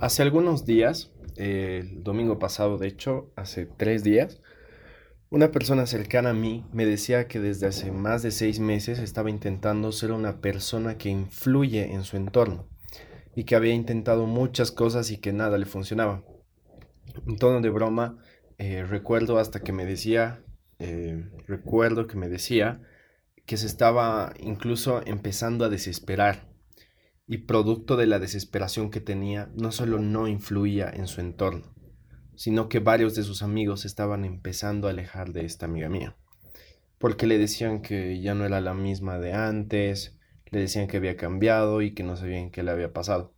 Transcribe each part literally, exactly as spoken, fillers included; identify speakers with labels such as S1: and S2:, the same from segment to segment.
S1: Hace algunos días, eh, el domingo pasado, de hecho, hace tres días, una persona cercana a mí me decía que desde hace más de seis meses estaba intentando ser una persona que influye en su entorno y que había intentado muchas cosas y que nada le funcionaba. En tono de broma, eh, recuerdo hasta que me decía, eh, recuerdo que me decía que se estaba incluso empezando a desesperar y producto de la desesperación que tenía, no solo no influía en su entorno, sino que varios de sus amigos estaban empezando a alejar de esta amiga mía, porque le decían que ya no era la misma de antes, le decían que había cambiado y que no sabían qué le había pasado.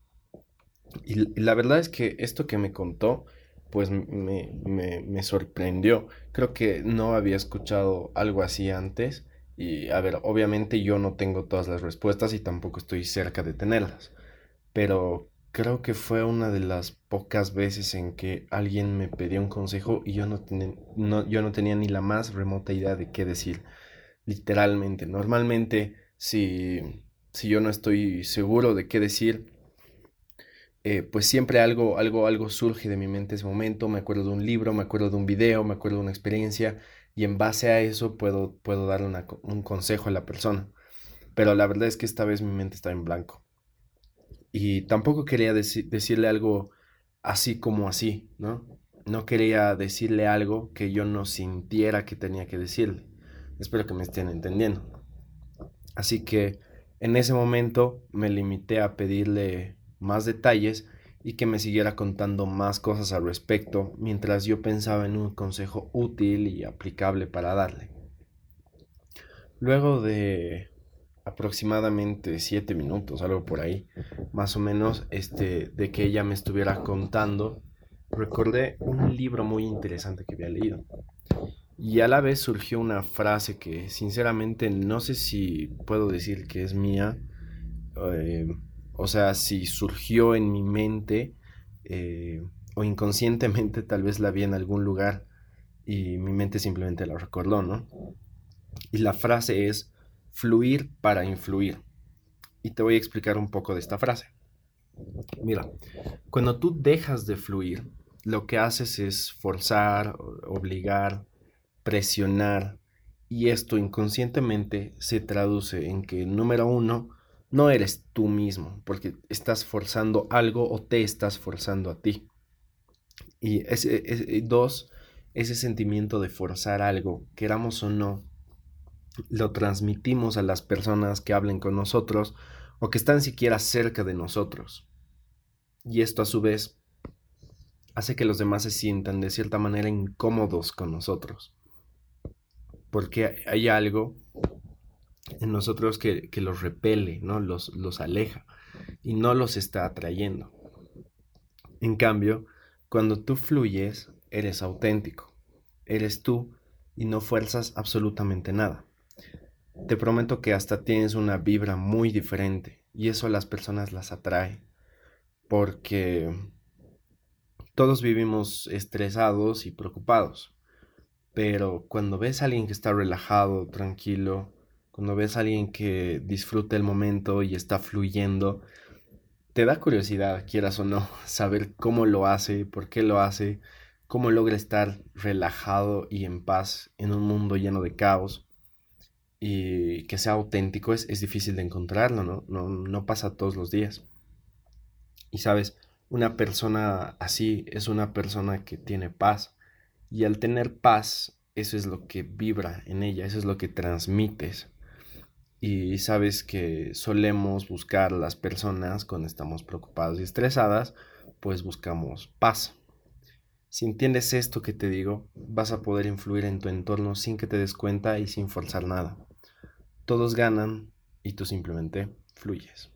S1: Y la verdad es que esto que me contó, pues me, me, me sorprendió. Creo que no había escuchado algo así antes. Y a ver, obviamente yo no tengo todas las respuestas y tampoco estoy cerca de tenerlas, pero creo que fue una de las pocas veces en que alguien me pidió un consejo y yo no, tenía, no, yo no tenía ni la más remota idea de qué decir, literalmente. Normalmente, si, si yo no estoy seguro de qué decir, eh, pues siempre algo, algo, algo surge de mi mente en ese momento. Me acuerdo de un libro, me acuerdo de un video, me acuerdo de una experiencia y en base a eso puedo, puedo darle una un consejo a la persona. Pero la verdad es que esta vez mi mente está en blanco. Y tampoco quería deci- decirle algo así como así, ¿no? No quería decirle algo que yo no sintiera que tenía que decirle. Espero que me estén entendiendo. Así que en ese momento me limité a pedirle más detalles y que me siguiera contando más cosas al respecto mientras yo pensaba en un consejo útil y aplicable para darle. Luego de aproximadamente siete minutos, algo por ahí, más o menos, este, de que ella me estuviera contando, recordé un libro muy interesante que había leído. Y a la vez surgió una frase que sinceramente no sé si puedo decir que es mía, eh, o sea, si surgió en mi mente eh, o inconscientemente tal vez la vi en algún lugar y mi mente simplemente la recordó, ¿no? Y la frase es fluir para influir. Y te voy a explicar un poco de esta frase. Mira, cuando tú dejas de fluir, lo que haces es forzar, obligar, presionar, y esto inconscientemente se traduce en que, número uno, no eres tú mismo, porque estás forzando algo o te estás forzando a ti. Y ese, ese- dos, ese sentimiento de forzar algo, queramos o no, lo transmitimos a las personas que hablen con nosotros o que están siquiera cerca de nosotros. Y esto a su vez hace que los demás se sientan de cierta manera incómodos con nosotros, porque hay algo en nosotros que, que los repele, ¿no? Los, los aleja y no los está atrayendo. En cambio, cuando tú fluyes, eres auténtico, eres tú y no fuerzas absolutamente nada. Te prometo que hasta tienes una vibra muy diferente y eso a las personas las atrae porque todos vivimos estresados y preocupados, pero cuando ves a alguien que está relajado, tranquilo, cuando ves a alguien que disfruta el momento y está fluyendo, te da curiosidad, quieras o no, saber cómo lo hace, por qué lo hace, cómo logra estar relajado y en paz en un mundo lleno de caos y que sea auténtico es, es difícil de encontrarlo, ¿no? No, no pasa todos los días. Y sabes, una persona así es una persona que tiene paz. Y al tener paz, eso es lo que vibra en ella, eso es lo que transmites. Y sabes que solemos buscar las personas cuando estamos preocupados y estresadas, pues buscamos paz. Si entiendes esto que te digo, vas a poder influir en tu entorno sin que te des cuenta y sin forzar nada. Todos ganan y tú simplemente fluyes.